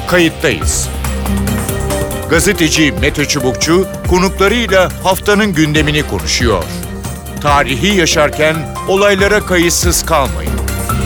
Kayıttayız. Gazeteci Mete Çubukçu konuklarıyla haftanın gündemini konuşuyor. Tarihi yaşarken olaylara kayıtsız kalmayın.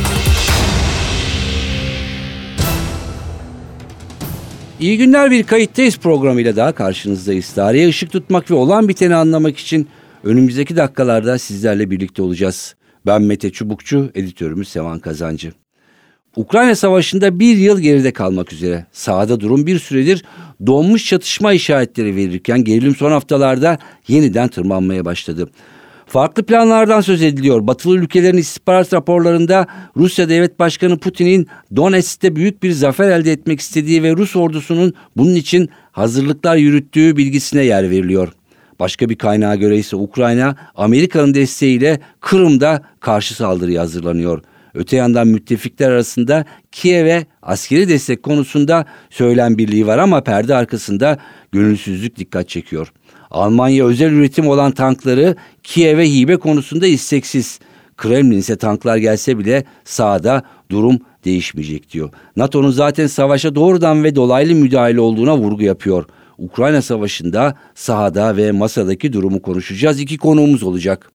İyi günler, bir Kayıttayız programıyla daha karşınızdayız. Tarihe ışık tutmak ve olan biteni anlamak için önümüzdeki dakikalarda sizlerle birlikte olacağız. Ben Mete Çubukçu, editörümüz Sevan Kazancı. Ukrayna Savaşı'nda bir yıl geride kalmak üzere. Sahada durum bir süredir donmuş çatışma işaretleri verirken gerilim son haftalarda yeniden tırmanmaya başladı. Farklı planlardan söz ediliyor. Batılı ülkelerin istihbarat raporlarında Rusya Devlet Başkanı Putin'in Donetsk'te büyük bir zafer elde etmek istediği ve Rus ordusunun bunun için hazırlıklar yürüttüğü bilgisine yer veriliyor. Başka bir kaynağa göre ise Ukrayna, Amerika'nın desteğiyle Kırım'da karşı saldırıya hazırlanıyor. Öte yandan müttefikler arasında Kiev'e askeri destek konusunda söylem birliği var ama perde arkasında gönülsüzlük dikkat çekiyor. Almanya özel üretim olan tankları Kiev'e hibe konusunda isteksiz. Kremlin ise tanklar gelse bile sahada durum değişmeyecek diyor. NATO'nun zaten savaşa doğrudan ve dolaylı müdahale olduğuna vurgu yapıyor. Ukrayna Savaşı'nda sahada ve masadaki durumu konuşacağız. İki konuğumuz olacak.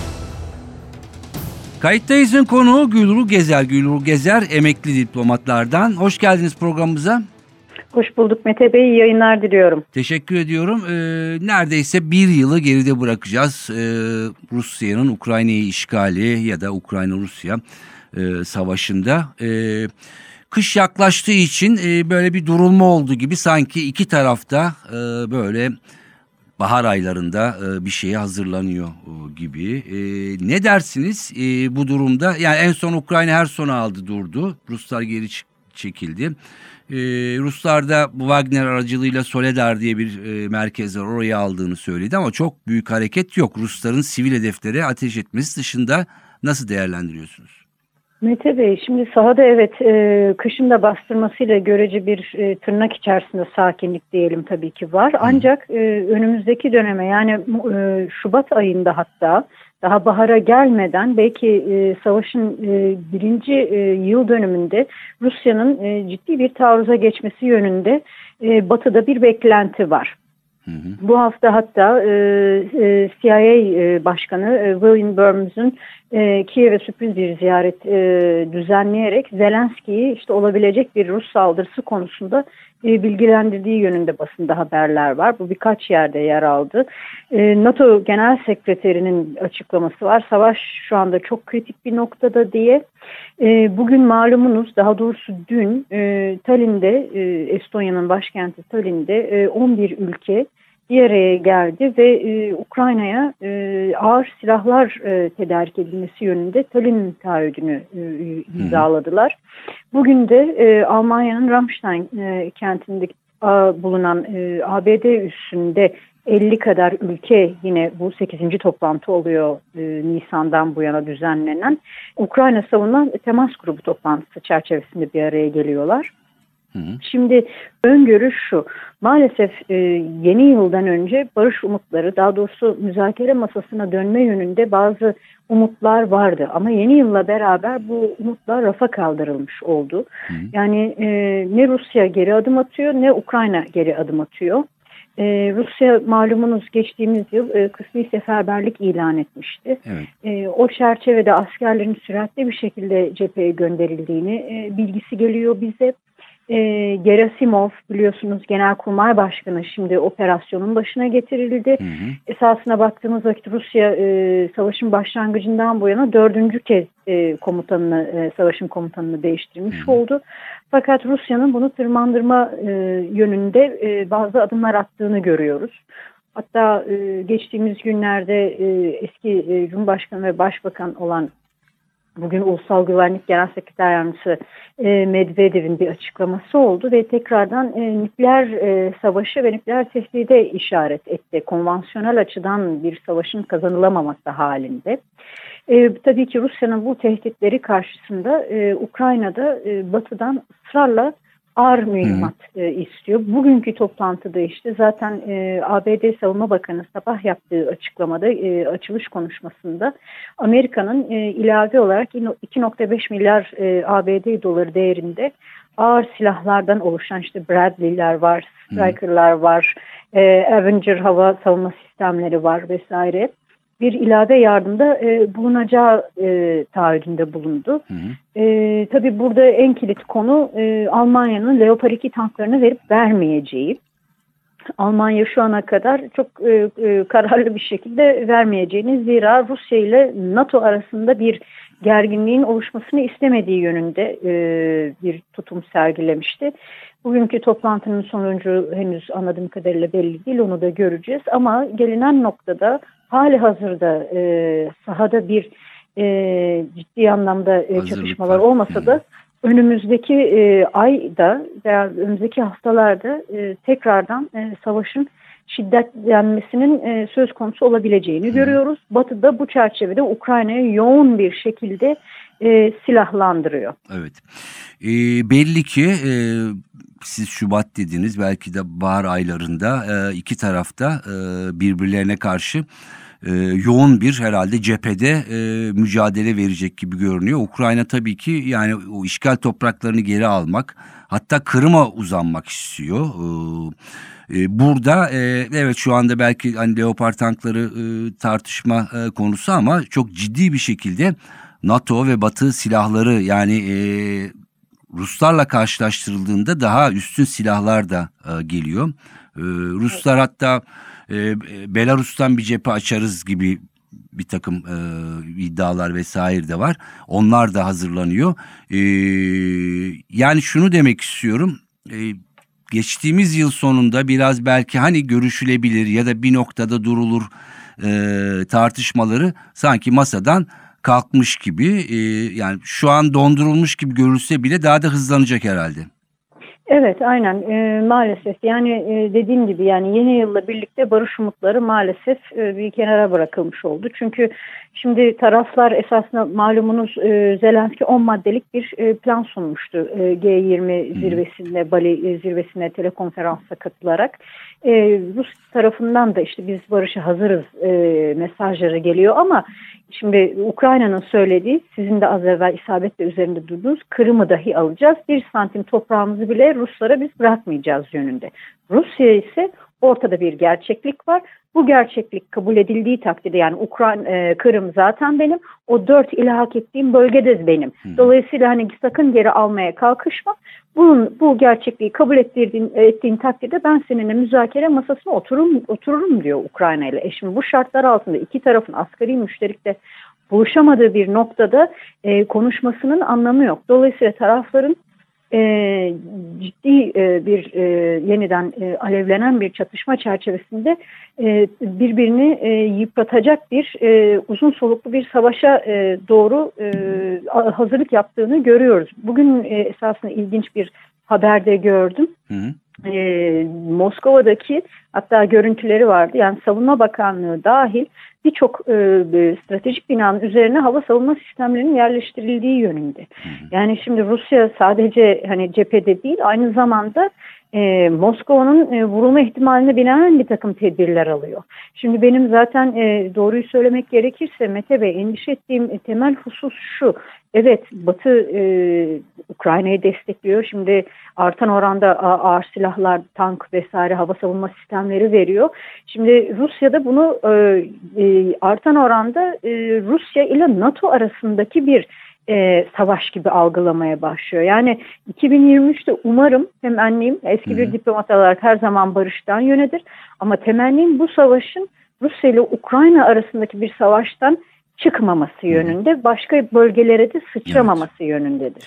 Kayıttayız'ın konuğu Gülru Gezer. Gülru Gezer emekli diplomatlardan. Hoş geldiniz programımıza. Hoş bulduk Mete Bey, iyi yayınlar diliyorum. Teşekkür ediyorum. Neredeyse bir yılı geride bırakacağız. Rusya'nın Ukrayna'yı işgali ya da Ukrayna-Rusya savaşında. Kış yaklaştığı için böyle bir durulma oldu gibi, sanki iki tarafta böyle bahar aylarında bir şeye hazırlanıyor gibi. Ne dersiniz bu durumda? Yani en son Ukrayna her sonu aldı, durdu. Ruslar geri çekildi. Ruslar da bu Wagner aracılığıyla Soledar diye bir merkez var, oraya aldığını söyledi ama çok büyük hareket yok. Rusların sivil hedeflere ateş etmesi dışında nasıl değerlendiriyorsunuz? Mete Bey, şimdi sahada evet kışın da bastırmasıyla görece bir tırnak içerisinde sakinlik diyelim tabii ki var. Ancak önümüzdeki döneme, yani Şubat ayında, hatta daha bahara gelmeden belki savaşın birinci yıl dönümünde Rusya'nın ciddi bir taarruza geçmesi yönünde Batı'da bir beklenti var. Bu hafta hatta CIA Başkanı William Burns'un Kiev'e sürpriz bir ziyaret düzenleyerek Zelenski'yi işte olabilecek bir Rus saldırısı konusunda bilgilendirdiği yönünde basında haberler var. Bu birkaç yerde yer aldı. NATO Genel Sekreterinin açıklaması var. Savaş şu anda çok kritik bir noktada diye. Bugün malumunuz, daha doğrusu dün Tallinn'de, Estonya'nın başkenti Tallinn'de 11 ülke bir araya geldi ve Ukrayna'ya ağır silahlar tedarik edilmesi yönünde Tallinn taahhüdünü imzaladılar. Bugün de Almanya'nın Ramstein kentinde bulunan ABD üssünde 50 kadar ülke, yine bu 8. toplantı oluyor Nisan'dan bu yana düzenlenen, Ukrayna savunan temas grubu toplantısı çerçevesinde bir araya geliyorlar. Şimdi öngörü şu: maalesef yeni yıldan önce barış umutları, daha doğrusu müzakere masasına dönme yönünde bazı umutlar vardı. Ama yeni yılla beraber bu umutlar rafa kaldırılmış oldu. Yani ne Rusya geri adım atıyor ne Ukrayna geri adım atıyor. Rusya malumunuz geçtiğimiz yıl kısmi seferberlik ilan etmişti. Evet. O çerçevede askerlerin süratli bir şekilde cepheye gönderildiğini bilgisi geliyor bize. Gerasimov, biliyorsunuz, Genelkurmay Başkanı, şimdi operasyonun başına getirildi. Esasına baktığımız vakit Rusya savaşın başlangıcından bu yana 4. kez savaşın komutanını değiştirmiş oldu. Fakat Rusya'nın bunu tırmandırma yönünde bazı adımlar attığını görüyoruz. Hatta geçtiğimiz günlerde eski Cumhurbaşkanı ve Başbakan olan, bugün Ulusal Güvenlik Genel Sekreter Yardımcısı Medvedev'in bir açıklaması oldu ve tekrardan nükleer savaşı ve nükleer tehdide işaret etti. Konvansiyonel açıdan bir savaşın kazanılamaması halinde. Tabii ki Rusya'nın bu tehditleri karşısında Ukrayna'da Batı'dan ısrarla ağır mühimmat istiyor. Bugünkü toplantıda işte zaten ABD Savunma Bakanı sabah yaptığı açıklamada, açılış konuşmasında Amerika'nın ilave olarak 2,5 milyar ABD doları değerinde ağır silahlardan oluşan işte Bradley'ler var, Stryker'lar var, Avenger hava savunma sistemleri var vesaire. Bir ilave yardımda bulunacağı taahhüdünde bulundu. Tabii burada en kilit konu Almanya'nın Leopard 2 tanklarını verip vermeyeceği. Almanya şu ana kadar çok kararlı bir şekilde vermeyeceğini, zira Rusya ile NATO arasında bir gerginliğin oluşmasını istemediği yönünde bir tutum sergilemişti. Bugünkü toplantının sonucu henüz anladığım kadarıyla belli değil, onu da göreceğiz. Ama gelinen noktada hali hazırda sahada bir ciddi anlamda çatışmalar olmasa da önümüzdeki ayda veya önümüzdeki haftalarda tekrardan savaşın şiddetlenmesinin söz konusu olabileceğini görüyoruz. Batı da bu çerçevede Ukrayna'yı yoğun bir şekilde silahlandırıyor. Evet. Belli ki siz Şubat dediniz, belki de bahar aylarında iki tarafta birbirlerine karşı yoğun bir herhalde cephede mücadele verecek gibi görünüyor. Ukrayna tabii ki yani o işgal topraklarını geri almak, hatta Kırım'a uzanmak istiyor. Burada evet şu anda belki hani Leopard tankları tartışma konusu ama çok ciddi bir şekilde NATO ve Batı silahları, yani Ruslarla karşılaştırıldığında daha üstün silahlar da geliyor. Ruslar hatta Belarus'tan bir cephe açarız gibi bir takım iddialar vesaire de var. Onlar da hazırlanıyor. Yani şunu demek istiyorum. Geçtiğimiz yıl sonunda biraz belki hani görüşülebilir ya da bir noktada durulur tartışmaları sanki masadan kalkmış gibi, yani şu an dondurulmuş gibi görülse bile daha da hızlanacak herhalde. Evet, aynen, maalesef yani dediğim gibi yani yeni yılla birlikte barış umutları maalesef bir kenara bırakılmış oldu. Çünkü şimdi taraflar esasında malumunuz Zelenski 10 maddelik bir plan sunmuştu G20 zirvesinde, Bali zirvesine telekonferansa katılarak. Rus tarafından da işte biz barışa hazırız mesajları geliyor ama şimdi Ukrayna'nın söylediği, sizin de az evvel isabetle üzerinde durduğunuz, Kırım'ı dahi alacağız, 1 santim toprağımızı bile Ruslara biz bırakmayacağız yönünde. Rusya ise ortada bir gerçeklik var. Bu gerçeklik kabul edildiği takdirde, yani Kırım zaten benim, o 4 ilhak ettiğim bölgede benim. Dolayısıyla hani sakın geri almaya kalkışma. Bu gerçekliği kabul ettiğin takdirde ben seninle müzakere masasına otururum diyor Ukrayna ile. Şimdi bu şartlar altında iki tarafın asgari müşterikte buluşamadığı bir noktada konuşmasının anlamı yok. Dolayısıyla tarafların ciddi bir yeniden alevlenen bir çatışma çerçevesinde birbirini yıpratacak bir uzun soluklu bir savaşa doğru hazırlık yaptığını görüyoruz. Bugün esasında ilginç bir haberde gördüm. Moskova'daki hatta görüntüleri vardı. Yani Savunma Bakanlığı dahil birçok stratejik binanın üzerine hava savunma sistemlerinin yerleştirildiği yönünde. Yani şimdi Rusya sadece hani cephede değil, aynı zamanda Moskova'nın vurulma ihtimaline binaen bir takım tedbirler alıyor. Şimdi benim zaten doğruyu söylemek gerekirse Mete Bey, endişe ettiğim temel husus şu. Evet, Batı Ukrayna'yı destekliyor. Şimdi artan oranda ağır silahlar, tank vesaire hava savunma sistemleri veriyor. Şimdi Rusya da bunu artan oranda Rusya ile NATO arasındaki bir savaş gibi algılamaya başlıyor. Yani 2023'te umarım, temenniyim, eski bir diplomat olarak her zaman barıştan yönedir. Ama temennim bu savaşın Rusya ile Ukrayna arasındaki bir savaştan çıkmaması yönünde, başka bölgelere de sıçramaması yönündedir.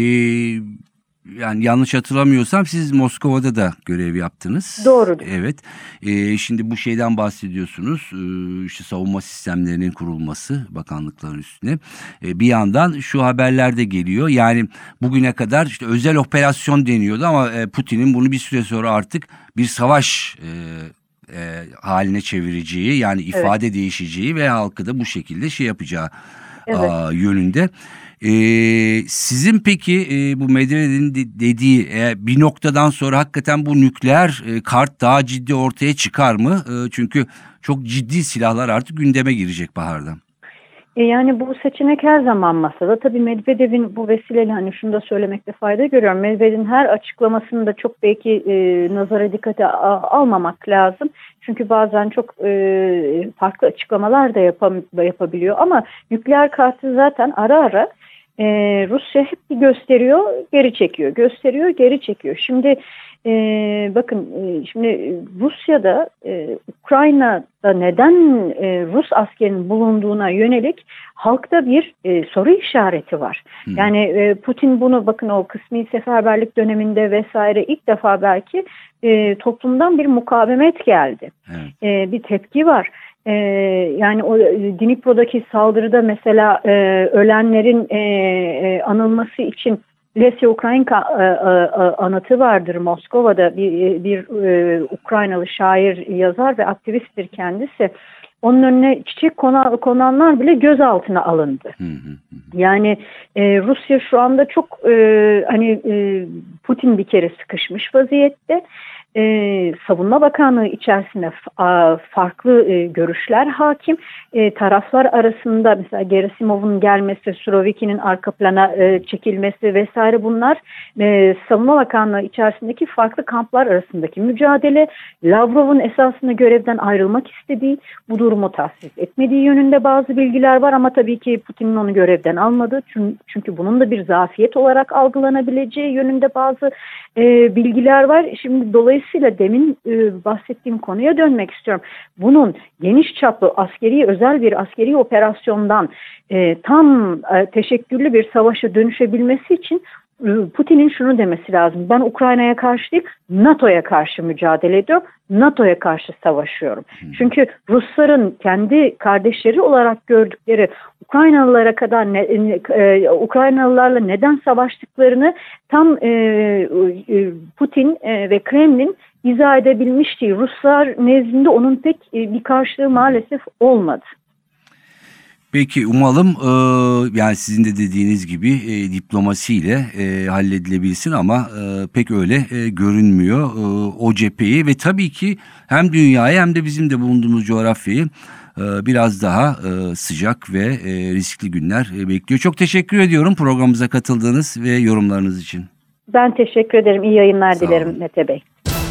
Yani yanlış hatırlamıyorsam siz Moskova'da da görev yaptınız. Doğrudur. Evet. Şimdi bu şeyden bahsediyorsunuz. İşte savunma sistemlerinin kurulması bakanlıkların üstüne. Bir yandan şu haberler de geliyor. Yani bugüne kadar işte özel operasyon deniyordu ama Putin'in bunu bir süre sonra artık bir savaş haline çevireceği, yani ifade değişeceği ve halkı da bu şekilde şey yapacağı yönünde. Sizin peki bu Medvedev'in dediği bir noktadan sonra hakikaten bu nükleer kart daha ciddi ortaya çıkar mı? Çünkü çok ciddi silahlar artık gündeme girecek baharda. Yani bu seçenek her zaman masada. Tabii Medvedev'in bu vesileyle hani şunu da söylemekte fayda görüyorum. Medvedev'in her açıklamasını da çok belki nazara dikkate almamak lazım. Çünkü bazen çok farklı açıklamalar da yapabiliyor. Ama nükleer kartı zaten ara ara Rusya hep bir gösteriyor, geri çekiyor. Gösteriyor, geri çekiyor. Şimdi bakın şimdi Rusya'da Ukrayna'da neden Rus askerinin bulunduğuna yönelik halkta bir soru işareti var. Yani Putin bunu bakın o kısmi seferberlik döneminde vesaire ilk defa belki toplumdan bir mukavemet geldi. Bir tepki var. Yani o Dnipro'daki saldırıda mesela ölenlerin anılması için Lesya Ukrayinka anıtı vardır Moskova'da bir Ukraynalı şair, yazar ve aktivisttir kendisi. Onun önüne çiçek konanlar bile gözaltına alındı. Yani Rusya şu anda çok Putin bir kere sıkışmış vaziyette. Savunma Bakanlığı içerisinde farklı görüşler hakim. Taraflar arasında mesela Gerasimov'un gelmesi, Suroviki'nin arka plana çekilmesi vesaire bunlar Savunma Bakanlığı içerisindeki farklı kamplar arasındaki mücadele. Lavrov'un esasında görevden ayrılmak istediği, bu durumu tasvip etmediği yönünde bazı bilgiler var ama tabii ki Putin'in onu görevden almadığı çünkü bunun da bir zafiyet olarak algılanabileceği yönünde bazı bilgiler var. Şimdi dolayısıyla demin bahsettiğim konuya dönmek istiyorum. Bunun geniş çaplı özel bir askeri operasyondan tam teşekküllü bir savaşa dönüşebilmesi için Putin'in şunu demesi lazım. Ben Ukrayna'ya karşı değil, NATO'ya karşı mücadele ediyorum. NATO'ya karşı savaşıyorum. Çünkü Rusların kendi kardeşleri olarak gördükleri Ukraynalılara kadar Ukraynalılarla neden savaştıklarını tam Putin ve Kremlin izah edebilmiş değil. Ruslar nezdinde onun pek bir karşılığı maalesef olmadı. Peki umalım yani sizin de dediğiniz gibi diplomasiyle halledilebilsin ama pek öyle görünmüyor o cepheyi ve tabii ki hem dünyayı hem de bizim de bulunduğumuz coğrafyayı biraz daha sıcak ve riskli günler bekliyor. Çok teşekkür ediyorum programımıza katıldığınız ve yorumlarınız için. Ben teşekkür ederim. İyi yayınlar dilerim Mete Bey.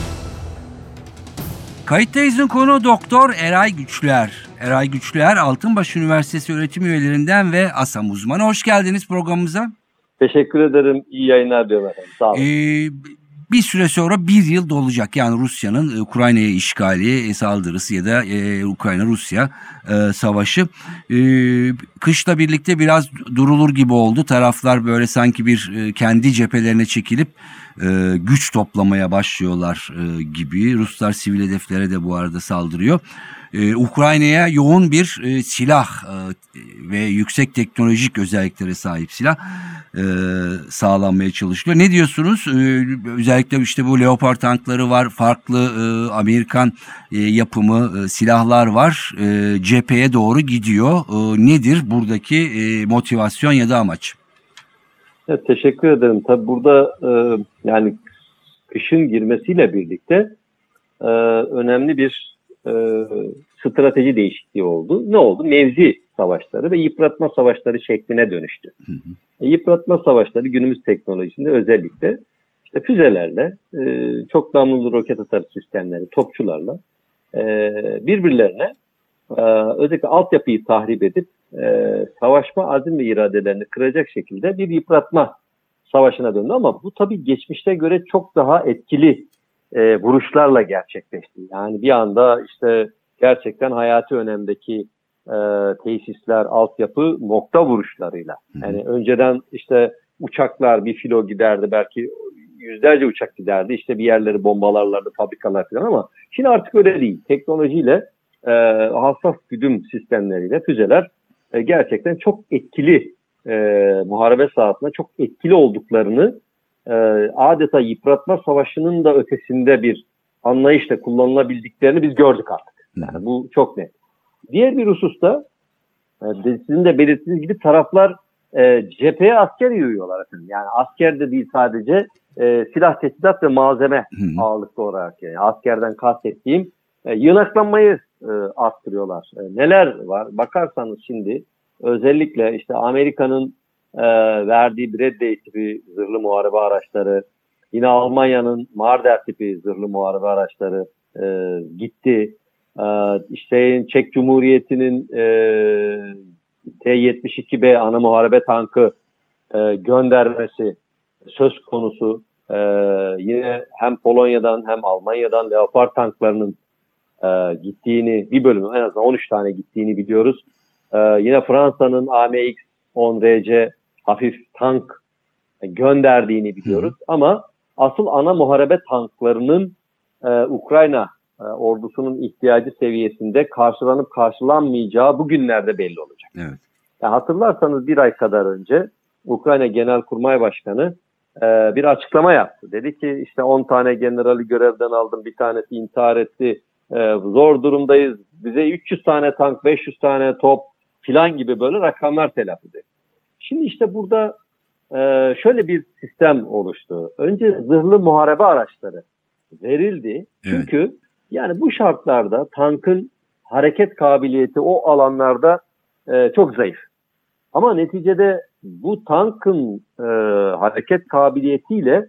Kayıttayız'ın konu Doktor Eray Güçlüer. Eray Güçlüer, Altınbaş Üniversitesi öğretim üyelerinden ve ASAM uzmanı. Hoş geldiniz programımıza. Teşekkür ederim. İyi yayınlar diyorum efendim. Sağ olun. Bir süre sonra bir yıl dolacak. Yani Rusya'nın Ukrayna'ya işgali, saldırısı ya da Ukrayna-Rusya savaşı. Kışla birlikte biraz durulur gibi oldu. Taraflar böyle sanki bir kendi cephelerine çekilip güç toplamaya başlıyorlar gibi. Ruslar sivil hedeflere de bu arada saldırıyor. Ukrayna'ya yoğun bir silah ve yüksek teknolojik özelliklere sahip silah sağlanmaya çalışılıyor. Ne diyorsunuz? Özellikle işte bu Leopard tankları var, farklı Amerikan yapımı silahlar var. Cepheye doğru gidiyor. Nedir buradaki motivasyon ya da amaç? Evet, teşekkür ederim. Tabii burada yani kışın girmesiyle birlikte önemli bir strateji değişikliği oldu. Ne oldu? Mevzi savaşları ve yıpratma savaşları şekline dönüştü. Yıpratma savaşları günümüz teknolojisinde özellikle işte füzelerle, çok namlulu roket atar sistemleri, topçularla birbirlerine özellikle altyapıyı tahrip edip savaşma azim ve iradelerini kıracak şekilde bir yıpratma savaşına döndü. Ama bu tabii geçmişte göre çok daha etkili vuruşlarla gerçekleşti. Yani bir anda işte gerçekten hayati önemdeki tesisler, altyapı nokta vuruşlarıyla. Yani önceden işte uçaklar bir filo giderdi, belki yüzlerce uçak giderdi, işte bir yerleri bombalarlardı, fabrikalar falan, ama şimdi artık öyle değil. Teknolojiyle, hassas güdüm sistemleriyle füzeler gerçekten çok etkili, muharebe sahasında çok etkili olduklarını, adeta yıpratma savaşının da ötesinde bir anlayışla kullanılabildiklerini biz gördük artık. Yani bu çok net. Diğer bir hususta sizin de belirttiğiniz gibi taraflar cepheye asker yığıyorlar efendim. Yani asker de değil sadece silah, teçhizat ve malzeme ağırlıklı olarak. Yani askerden kastettiğim yığınaklanmayı arttırıyorlar. Neler var? Bakarsanız şimdi özellikle işte Amerika'nın verdiği Bradley tipi zırhlı muharebe araçları, yine Almanya'nın Marder tipi zırhlı muharebe araçları gitti. İşte Çek Cumhuriyeti'nin T-72B ana muharebe tankı göndermesi söz konusu. Yine hem Polonya'dan hem Almanya'dan Leopard tanklarının gittiğini, bir bölümü en azından 13 tane gittiğini biliyoruz. Yine Fransa'nın AMX-10RC hafif tank gönderdiğini biliyoruz. Ama asıl ana muharebe tanklarının Ukrayna ordusunun ihtiyacı seviyesinde karşılanıp karşılanmayacağı bugünlerde belli olacak. Evet. Yani hatırlarsanız bir ay kadar önce Ukrayna Genelkurmay Başkanı bir açıklama yaptı. Dedi ki işte 10 tane generali görevden aldım, bir tanesi intihar etti, zor durumdayız, bize 300 tane tank, 500 tane top filan gibi böyle rakamlar telaffuz etti. Şimdi işte burada şöyle bir sistem oluştu. Önce zırhlı muharebe araçları verildi. Çünkü yani bu şartlarda tankın hareket kabiliyeti o alanlarda çok zayıf. Ama neticede bu tankın hareket kabiliyetiyle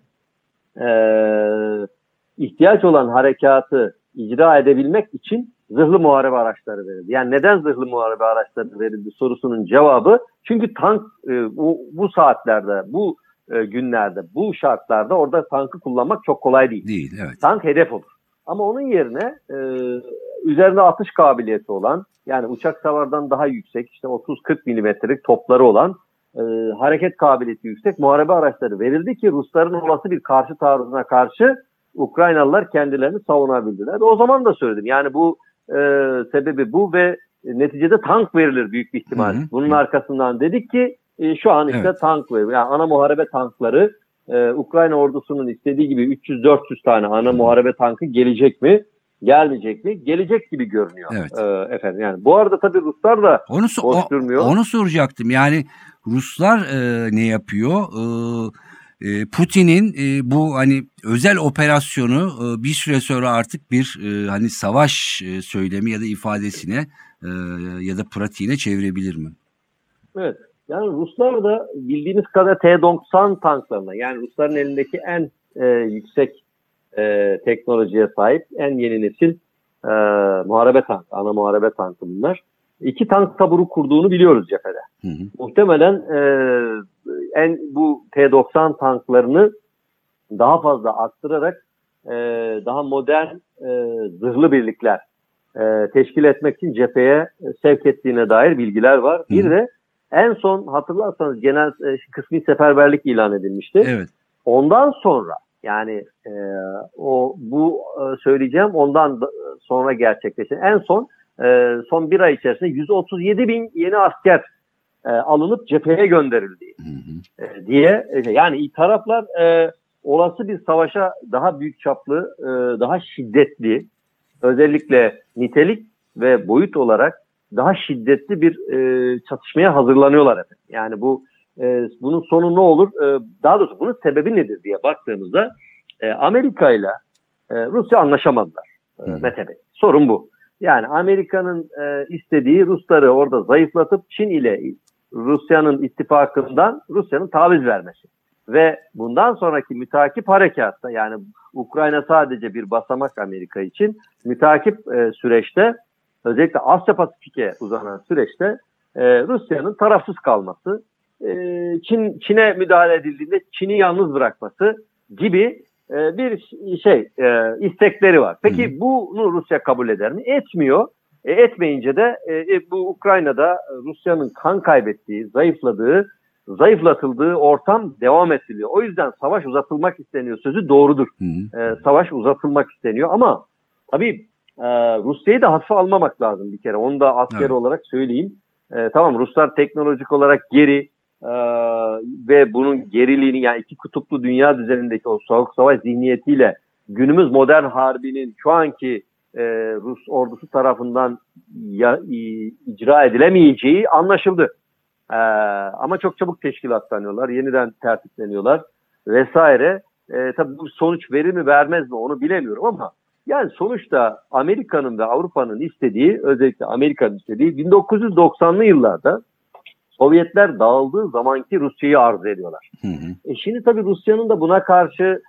ihtiyaç olan harekatı icra edebilmek için zırhlı muharebe araçları verildi. Yani neden zırhlı muharebe araçları verildi sorusunun cevabı, çünkü tank bu saatlerde, bu günlerde, bu şartlarda orada tankı kullanmak çok kolay değil. Evet. Tank hedef olur. Ama onun yerine üzerinde atış kabiliyeti olan, yani uçak savardan daha yüksek, işte 30-40 milimetrelik topları olan, hareket kabiliyeti yüksek muharebe araçları verildi ki Rusların olası bir karşı taarruzuna karşı Ukraynalılar kendilerini savunabildiler. Ve o zaman da söyledim. Yani bu sebebi bu ve neticede tank verilir büyük bir ihtimal. Bunun arkasından dedik ki şu an işte tank verilir. Yani ana muharebe tankları, Ukrayna ordusunun istediği gibi 300-400 tane ana muharebe tankı gelecek mi? Gelmeyecek mi? Gelecek gibi görünüyor. Efendim. Yani bu arada tabii Ruslar da boş durmuyor. Onu soracaktım. Yani Ruslar ne yapıyor? Putin'in bu hani özel operasyonu bir süre sonra artık bir hani savaş söylemi ya da ifadesine ya da pratiğine çevirebilir mi? Evet. Yani Ruslar da bildiğimiz kadar T-90 tanklarına, yani Rusların elindeki en yüksek teknolojiye sahip en yeni nesil muharebe tankı, ana muharebe tankı bunlar. 2 tank taburu kurduğunu biliyoruz cephede. Muhtemelen bu T-90 tanklarını daha fazla arttırarak daha modern zırhlı birlikler teşkil etmek için cepheye sevk ettiğine dair bilgiler var. Bir de en son hatırlarsanız genel kısmi seferberlik ilan edilmişti. Evet. Ondan sonra yani söyleyeceğim ondan sonra gerçekleşen en son bir ay içerisinde 137 bin yeni asker alınıp cepheye gönderildi diye, yani taraflar olası bir savaşa daha büyük çaplı, daha şiddetli, özellikle nitelik ve boyut olarak daha şiddetli bir çatışmaya hazırlanıyorlar efendim. Yani bunun sonu ne olur? Daha doğrusu bunun sebebi nedir diye baktığımızda Amerika ile Rusya anlaşamadılar. Mete Bey. Sorun bu. Yani Amerika'nın istediği Rusları orada zayıflatıp Çin ile Rusya'nın ittifakından Rusya'nın taviz vermesi. Ve bundan sonraki mütakip harekatta, yani Ukrayna sadece bir basamak Amerika için, mütakip süreçte, özellikle Asya Pasifik'e uzanan süreçte Rusya'nın tarafsız kalması, Çin'e müdahale edildiğinde Çin'i yalnız bırakması gibi bir istekleri var. Peki bunu Rusya kabul eder mi? Etmiyor. Etmeyince de bu Ukrayna'da Rusya'nın kan kaybettiği, zayıflatıldığı ortam devam ediliyor. O yüzden savaş uzatılmak isteniyor. Sözü doğrudur. Savaş uzatılmak isteniyor ama tabii Rusya'yı da hafife almamak lazım bir kere. Onu da askeri olarak söyleyeyim. Tamam, Ruslar teknolojik olarak geri ve bunun geriliğini, yani iki kutuplu dünya düzenindeki o soğuk savaş zihniyetiyle günümüz modern harbinin şu anki Rus ordusu tarafından icra edilemeyeceği anlaşıldı. Ama çok çabuk teşkilatlanıyorlar, yeniden tertipleniyorlar vesaire. Tabii bu sonuç verir mi vermez mi onu bilemiyorum ama yani sonuçta Amerika'nın ve Avrupa'nın istediği, özellikle Amerika'nın istediği 1990'lı yıllarda Sovyetler dağıldığı zamanki Rusya'yı arz ediyorlar. Şimdi tabii Rusya'nın da buna karşı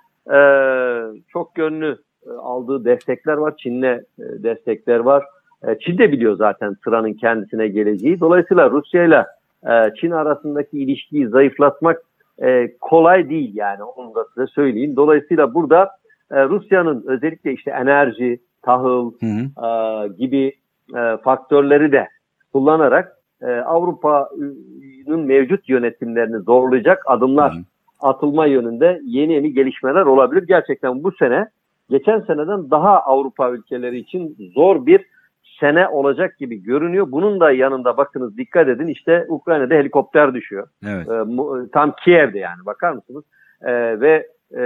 çok yönlü aldığı destekler var. Çin'le destekler var. Çin de biliyor zaten sıranın kendisine geleceği. Dolayısıyla Rusya'yla Çin arasındaki ilişkiyi zayıflatmak kolay değil yani, onu da size söyleyeyim. Dolayısıyla burada Rusya'nın özellikle işte enerji, tahıl gibi faktörleri de kullanarak Avrupa'nın mevcut yönetimlerini zorlayacak adımlar atılma yönünde yeni gelişmeler olabilir. Gerçekten bu sene geçen seneden daha Avrupa ülkeleri için zor bir sene olacak gibi görünüyor. Bunun da yanında bakınız, dikkat edin, işte Ukrayna'da helikopter düşüyor. Evet. Tam Kiev'de yani, bakar mısınız? Ve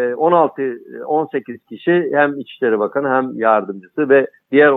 16-18 kişi, hem İçişleri Bakanı hem yardımcısı ve diğer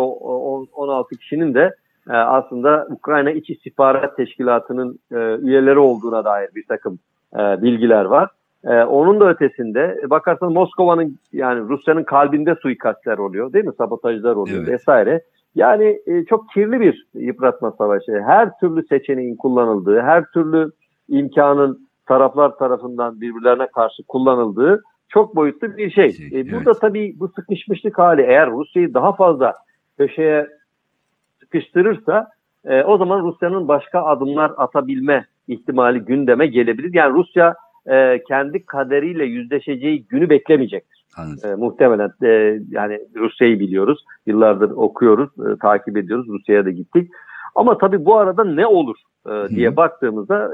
16 kişinin de aslında Ukrayna İç İstihbarat Teşkilatı'nın üyeleri olduğuna dair bir takım bilgiler var. Onun da ötesinde bakarsanız Moskova'nın, yani Rusya'nın kalbinde suikastler oluyor değil mi? Sabotajlar oluyor vesaire. Yani çok kirli bir yıpratma savaşı. Her türlü seçeneğin kullanıldığı, her türlü imkanın taraflar tarafından birbirlerine karşı kullanıldığı çok boyutlu bir şey. Burada tabii bu sıkışmışlık hali eğer Rusya'yı daha fazla köşeye sıkıştırırsa o zaman Rusya'nın başka adımlar atabilme ihtimali gündeme gelebilir. Yani Rusya kendi kaderiyle yüzleşeceği günü beklemeyecektir. Muhtemelen yani Rusya'yı biliyoruz. Yıllardır okuyoruz, takip ediyoruz. Rusya'ya da gittik. Ama tabii bu arada ne olur diye baktığımızda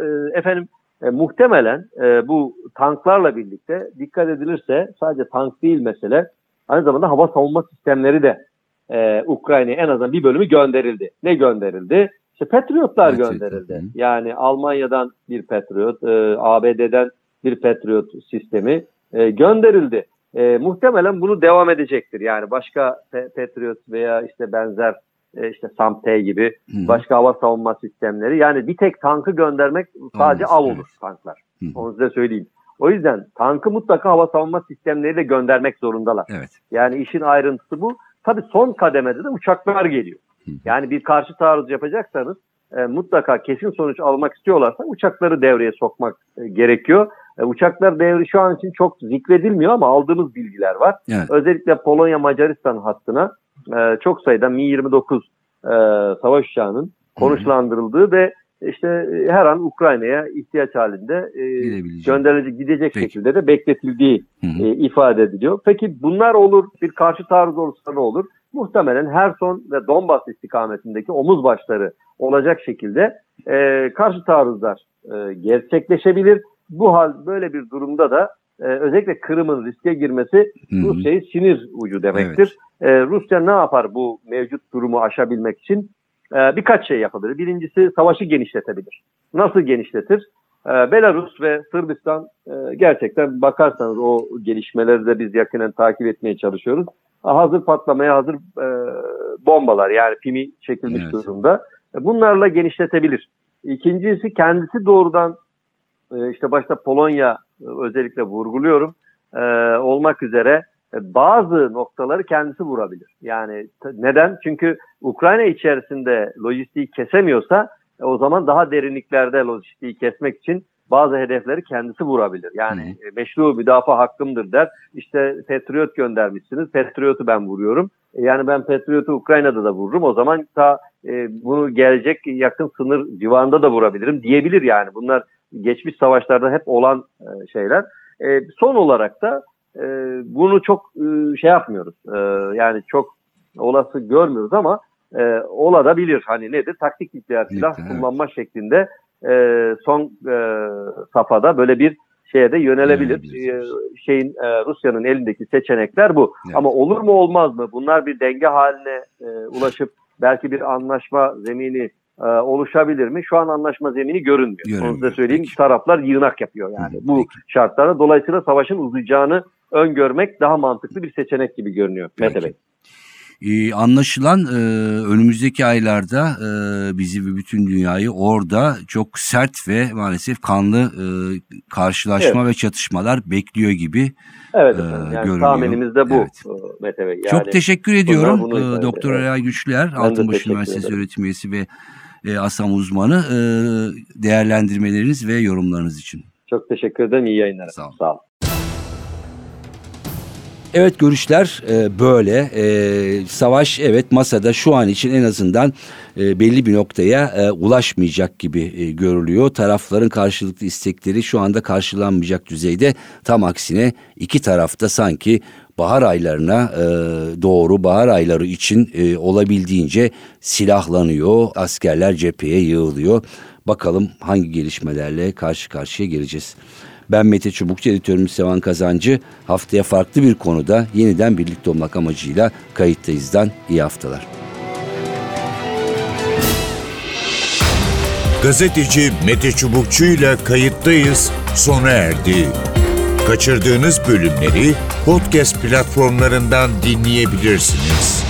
muhtemelen bu tanklarla birlikte dikkat edilirse sadece tank değil mesele, aynı zamanda hava savunma sistemleri de Ukrayna'ya en azından bir bölümü gönderildi. Ne gönderildi? İşte Patriotlar gönderildi. Yani Almanya'dan bir Patriot, ABD'den bir Patriot sistemi gönderildi. Muhtemelen bunu devam edecektir. Yani başka Patriot veya işte benzer işte SAM-T gibi başka hava savunma sistemleri. Yani bir tek tankı göndermek sadece av olur tanklar. Onu size söyleyeyim. O yüzden tankı mutlaka hava savunma sistemleriyle göndermek zorundalar. Yani işin ayrıntısı bu. Tabii son kademede de uçaklar geliyor. Yani bir karşı taarruz yapacaksanız mutlaka kesin sonuç almak istiyorlarsa uçakları devreye sokmak gerekiyor. Uçaklar devri şu an için çok zikredilmiyor ama aldığımız bilgiler var. Özellikle Polonya-Macaristan hattına çok sayıda Mi-29 savaş uçağının konuşlandırıldığı ve işte her an Ukrayna'ya ihtiyaç halinde gidecek şekilde de bekletildiği ifade ediliyor. Peki bunlar olur, bir karşı taarruz olursa ne olur? Muhtemelen Herson ve Donbas istikametindeki omuz başları olacak şekilde karşı taarruzlar gerçekleşebilir. Böyle bir durumda da özellikle Kırım'ın riske girmesi Rusya'yı sinir ucu demektir. Rusya ne yapar bu mevcut durumu aşabilmek için? Birkaç şey yapabilir. Birincisi, savaşı genişletebilir. Nasıl genişletir? Belarus ve Sırbistan gerçekten bakarsanız o gelişmeleri de biz yakinen takip etmeye çalışıyoruz. Hazır patlamaya hazır bombalar, yani pimi çekilmiş durumda. Bunlarla genişletebilir. İkincisi, kendisi doğrudan işte başta Polonya özellikle vurguluyorum olmak üzere bazı noktaları kendisi vurabilir. Yani neden? Çünkü Ukrayna içerisinde lojistiği kesemiyorsa o zaman daha derinliklerde lojistiği kesmek için bazı hedefleri kendisi vurabilir. Yani meşru müdafaa hakkımdır der. İşte Patriot göndermişsiniz. Patriot'u ben vuruyorum. Yani ben Patriot'u Ukrayna'da da vururum. O zaman bunu gelecek yakın sınır civarında da vurabilirim diyebilir yani. Bunlar geçmiş savaşlarda hep olan şeyler. Son olarak da bunu çok yapmıyoruz. Yani çok olası görmüyoruz ama olabilir. Hani nedir? Taktik nükleer silah kullanma şeklinde son safhada böyle bir şeye de yönelebilir. Rusya'nın elindeki seçenekler bu. Ama olur mu olmaz mı? Bunlar bir denge haline ulaşıp belki bir anlaşma zemini oluşabilir mi? Şu an anlaşma zemini görünmüyor. Onu size söyleyeyim. Taraflar yığınak yapıyor yani bu şartlarda. Dolayısıyla savaşın uzayacağını öngörmek daha mantıklı bir seçenek gibi görünüyor. Mete Bey. Anlaşılan önümüzdeki aylarda bizi ve bütün dünyayı orada çok sert ve maalesef kanlı karşılaşma ve çatışmalar bekliyor gibi Evet efendim. Yani görünüyor. tahminimiz de bu. Evet. Mete Bey. Yani çok teşekkür ediyorum bunu Doktor Eray Güçler, Altınbaş Üniversitesi öğretim üyesi ve ASAM uzmanı, değerlendirmeleriniz ve yorumlarınız için. Çok teşekkür ederim. İyi yayınlar. Sağ olun. Sağ olun. Evet, görüşler böyle. Savaş evet masada şu an için en azından belli bir noktaya ulaşmayacak gibi görülüyor. Tarafların karşılıklı istekleri şu anda karşılanmayacak düzeyde. Tam aksine iki tarafta sanki bahar aylarına doğru, bahar ayları için olabildiğince silahlanıyor. Askerler cepheye yığılıyor. Bakalım hangi gelişmelerle karşı karşıya geleceğiz. Ben Mete Çubukçu, editörümüz Sevan Kazancı. Haftaya farklı bir konuda yeniden birlikte olmak amacıyla kayıttayız'dan iyi haftalar. Gazeteci Mete Çubukçu ile Kayıttayız sona erdi. Kaçırdığınız bölümleri podcast platformlarından dinleyebilirsiniz.